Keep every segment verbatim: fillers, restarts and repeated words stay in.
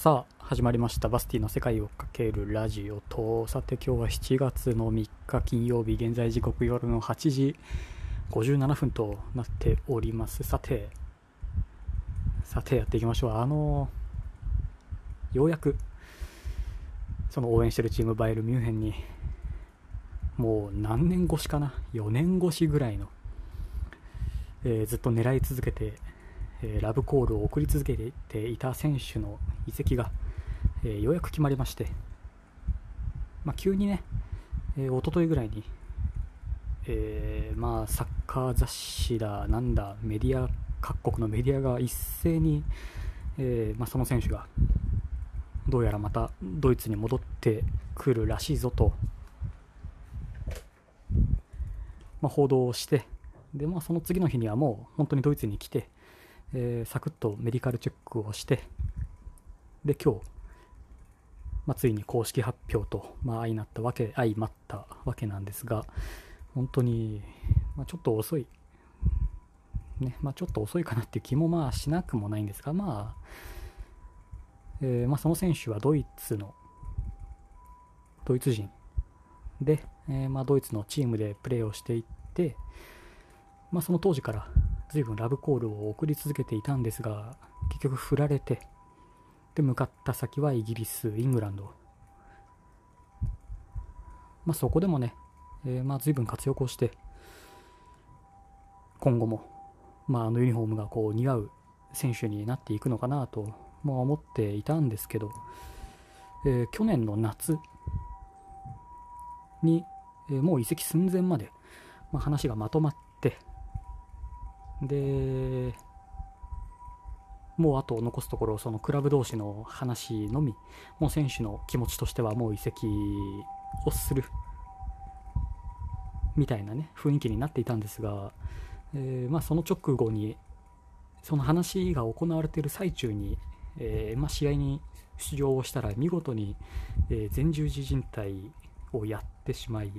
さあ始まりました。バスティの世界をかけるラジオと、さて今日はしちがつのみっか金曜日、現在時刻夜のはちじごじゅうななふんとなっております。さてさてやっていきましょう。あのようやくその応援してるチームバイエルミュンヘンにもう何年越しかな、よねん越しぐらいの、えー、ずっと狙い続けて、えー、ラブコールを送り続けていた選手の移籍が、えー、ようやく決まりまして、まあ、急にね、えー、一昨日ぐらいに、えーまあ、サッカー雑誌だなんだメディア各国のメディアが一斉に、えーまあ、その選手がどうやらまたドイツに戻ってくるらしいぞと、まあ、報道をして、で、まあ、その次の日にはもう本当にドイツに来て、えー、サクッとメディカルチェックをして、で今日、まあ、ついに公式発表と、まあ、相なったわけ相まったわけなんですが、本当に、まあ、ちょっと遅い、ねまあ、ちょっと遅いかなっていう気もまあしなくもないんですが、まあえーまあ、その選手はドイツのドイツ人で、えーまあ、ドイツのチームでプレーをしていって、まあ、その当時から随分ラブコールを送り続けていたんですが、結局振られて、で向かった先はイギリス、イングランド、まあ、そこでもね、えー、まあ随分活躍をして、今後も、まあ、あのユニフォームがこう似合う選手になっていくのかなと、まあ、思っていたんですけど、えー、去年の夏に、えー、もう移籍寸前まで、まあ、話がまとまって、でもうあと残すところそのクラブ同士の話のみ、もう選手の気持ちとしてはもう移籍をするみたいなね雰囲気になっていたんですが、えーまあ、その直後にその話が行われている最中に、えーまあ、試合に出場をしたら見事に、えー、前十字靭帯をやってしまい、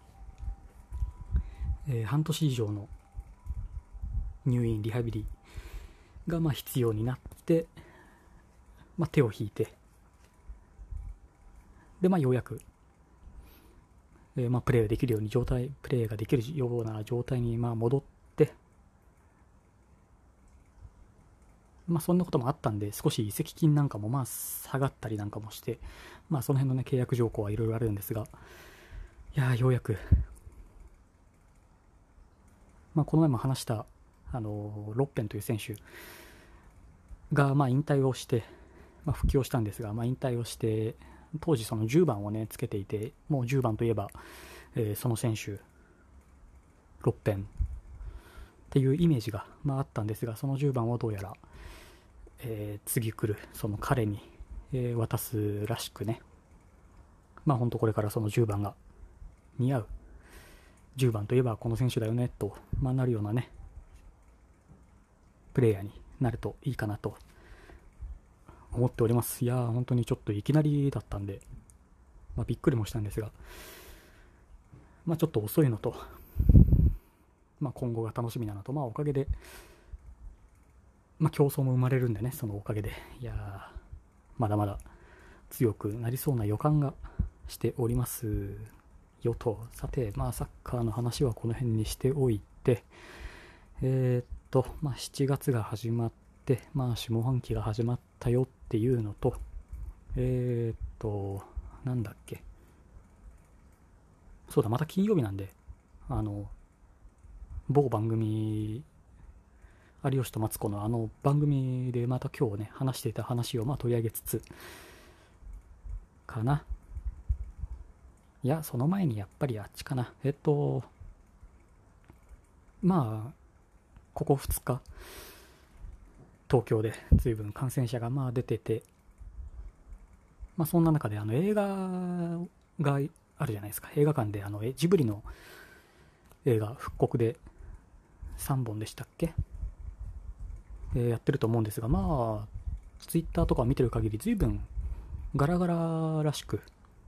えー、半年以上の入院リハビリがまあ必要になって、まあ、手を引いて、で、まあ、ようやく、えーまあ、プレーできるように状態プレーができるような状態にまあ戻って、まあ、そんなこともあったんで少し移籍金なんかもまあ下がったりなんかもして、まあ、その辺のね契約条項はいろいろあるんですが、いやーようやく、まあ、この前も話したあのロッペンという選手がまあ引退をして、まあ、復帰をしたんですが、まあ、引退をして当時そのじゅうばんをねつけていて、もうじゅうばんといえば、えー、その選手ロッペンっていうイメージが、まあ、あったんですが、そのじゅうばんをどうやら、えー、次来るその彼に、えー、渡すらしくね、まあ本当これからそのじゅうばんが似合うじゅうばんといえばこの選手だよねと、まあ、なるようなねプレイヤーになるといいかなと思っております。いやー本当にちょっといきなりだったんで、まあ、びっくりもしたんですが、まあ、ちょっと遅いのと、まあ、今後が楽しみなのと、まあ、おかげで、まあ、競争も生まれるんでね、そのおかげで、いやーまだまだ強くなりそうな予感がしておりますよと。さて、まあ、サッカーの話はこの辺にしておいて、えー、っと、まあ、しちがつが始まって、まあ、下半期が始まったよっていうのと、えー、っと、なんだっけ、そうだ、また金曜日なんで、あの、某番組、有吉とマツコのあの番組でまた今日ね、話していた話をまあ取り上げつつ、かな。いや、その前にやっぱりあっちかな。えっと、まあ、ここふつか、東京で随分感染者がまあ出てて、まあそんな中であの映画があるじゃないですか。映画館であのジブリの映画復刻でさんぼんでしたっけ、えー、やってると思うんですが、まあツイッターとか見てる限り随分ガラガラらしく、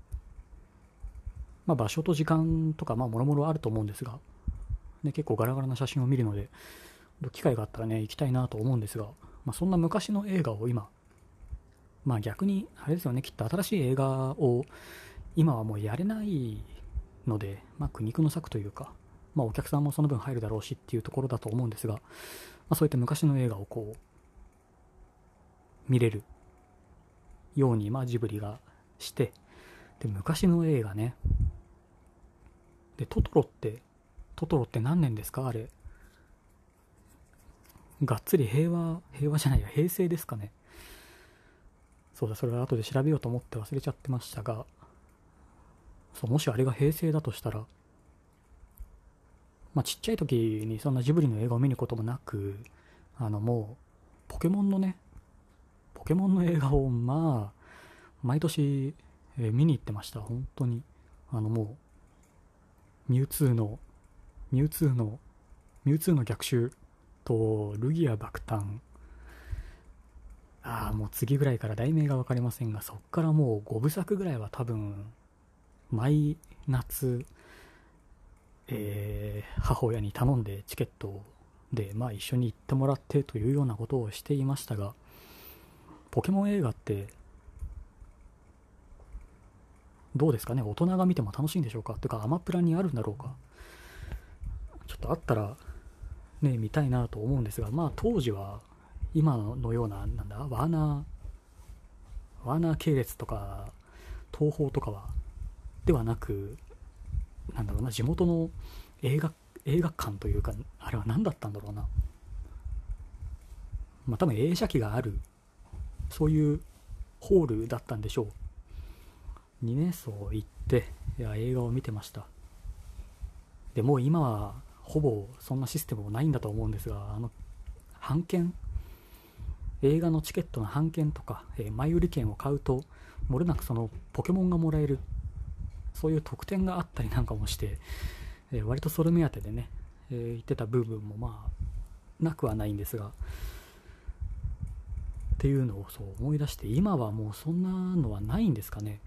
まあ場所と時間とかまあもろもろあると思うんですが、ね、結構ガラガラな写真を見るので機会があったらね行きたいなと思うんですが、まあ、そんな昔の映画を今まあ逆にあれですよね、きっと新しい映画を今はもうやれないので、まあ苦肉の策というか、まあお客さんもその分入るだろうしっていうところだと思うんですが、まあ、そういった昔の映画をこう見れるように、まあジブリがして、で昔の映画ね、でトトロってトトロって何年ですかあれ。がっつり平和平和じゃないや平成ですかね。そうだ、それは後で調べようと思って忘れちゃってましたが、そう、もしあれが平成だとしたら、まあちっちゃい時にそんなジブリの映画を見ることもなく、あのもうポケモンのねポケモンの映画をまあ毎年、えー見に行ってました。本当にあのもうミュウツーのミュウツーのミュウツーの逆襲とルギア爆誕、ああもう次ぐらいから題名が分かりませんが、そっからもうごぶさくぐらいは多分毎夏、えー母親に頼んでチケットで、まあ、一緒に行ってもらってというようなことをしていましたが、ポケモン映画ってどうですかね。大人が見ても楽しいんでしょうか。というかアマプラにあるんだろうか。ちょっとあったらね見たいなと思うんですが、まあ当時は今のような、なんだワーナーワーナー系列とか東宝とかはではなく、なんだろうな、地元の映画映画館というか、あれは何だったんだろうな、まあ多分映写機があるそういうホールだったんでしょう。にねん層行っていや映画を見てました。でもう今はほぼそんなシステムもないんだと思うんですが、あの半券、映画のチケットの半券とか、えー前売り券を買うともれなくそのポケモンがもらえる、そういう特典があったりなんかもして、えー割とそれ目当てでね、えー言ってた部分もまあなくはないんですが、っていうのをそう思い出して、今はもうそんなのはないんですかね。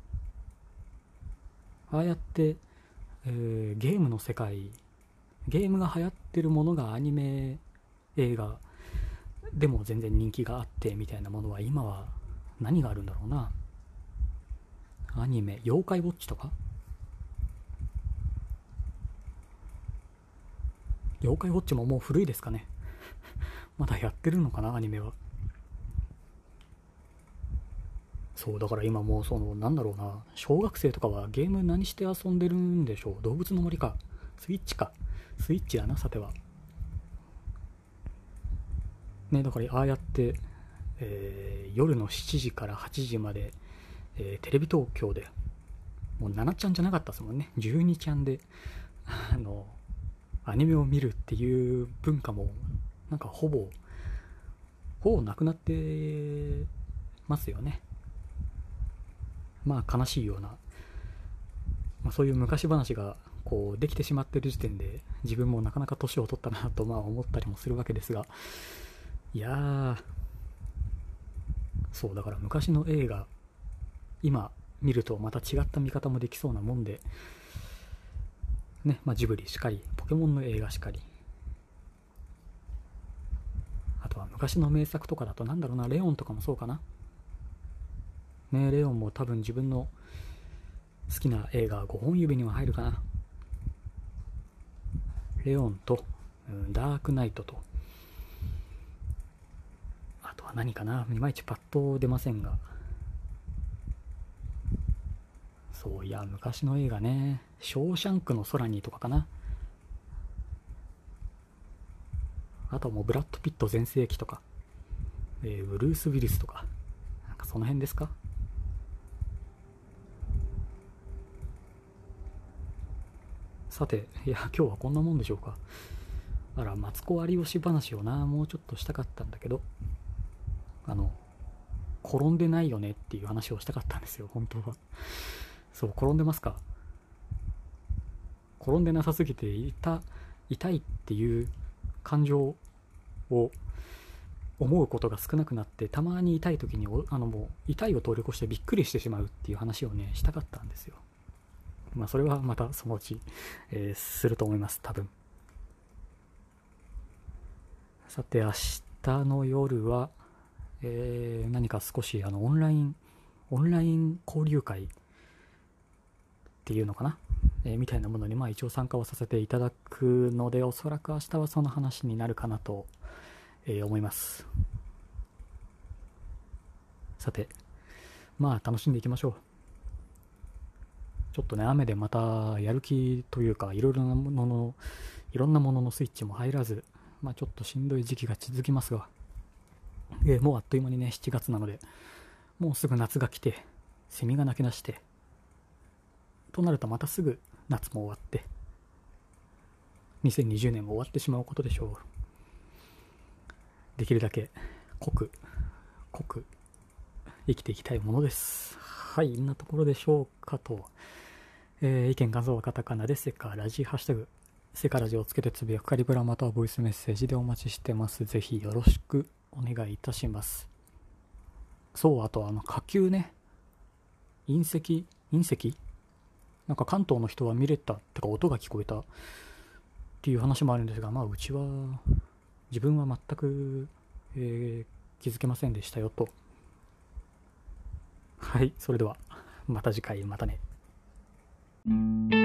ああやって、えーゲームの世界、ゲームが流行ってるものがアニメ映画でも全然人気があってみたいなものは今は何があるんだろうな。アニメ妖怪ウォッチとか、妖怪ウォッチももう古いですかね。まだやってるのかなアニメは。そうだから今もうそのなんだろうな、小学生とかはゲーム何して遊んでるんでしょう。動物の森か、スイッチか、スイッチだなさてはね。だからああやって、えー夜のしちじからはちじまで、えーテレビ東京でもうななちゃんじゃなかったですもんね、じゅうにちゃんであのアニメを見るっていう文化もなんかほぼほぼなくなってますよね。まあ悲しいような、まあ、そういう昔話がこうできてしまっている時点で自分もなかなか年を取ったなとまあ思ったりもするわけですが、いやー、そうだから昔の映画今見るとまた違った見方もできそうなもんでね。まあ、ジブリしかりポケモンの映画しかり、あとは昔の名作とかだとなんだろうな、レオンとかもそうかなね。レオンも多分自分の好きな映画ごほん指には入るかな。レオンと、うん、ダークナイトと、あとは何かな、いまいちパッと出ませんが、そういや昔の映画ね、ショーシャンクの空にとかかな。あとはもうブラッド・ピット全盛期とか、えー、ブルース・ウィリスとか、なんかその辺ですか。さて、いや今日はこんなもんでしょうか。あら、マツコ有吉話をなもうちょっとしたかったんだけど、あの転んでないよねっていう話をしたかったんですよ本当は。そう、転んでますか。転んでなさすぎて痛痛いっていう感情を思うことが少なくなって、たまに痛い時にあのもう痛いを通り越してびっくりしてしまうっていう話をねしたかったんですよ。まあそれはまたそのうち、えーすると思います多分。さて明日の夜は、 えー、何か少しあのオンラインオンライン交流会っていうのかな、えー、みたいなものにまあ一応参加をさせていただくので、おそらく明日はその話になるかなと、えー、思います。さて、まあ楽しんでいきましょう。ちょっとね、雨でまたやる気というか、いろいろなもののいろんなもののスイッチも入らず、まあちょっとしんどい時期が続きますが、えー、もうあっという間にねしちがつなので、もうすぐ夏が来て、セミが鳴き出してとなると、またすぐ夏も終わってにせんにじゅうねんも終わってしまうことでしょう。できるだけ濃く濃く生きていきたいものです。はい、こんなところでしょうかと、えー、意見感想はカタカナでセカラジ、ハッシュタグセカラジをつけてつぶやくか、リプラまたはボイスメッセージでお待ちしてます。ぜひよろしくお願いいたします。そう、あとあの火球ね、隕石隕石なんか関東の人は見れたってか音が聞こえたっていう話もあるんですが、まあうちは自分は全く、えー気づけませんでしたよと。はい、それではまた次回、またね。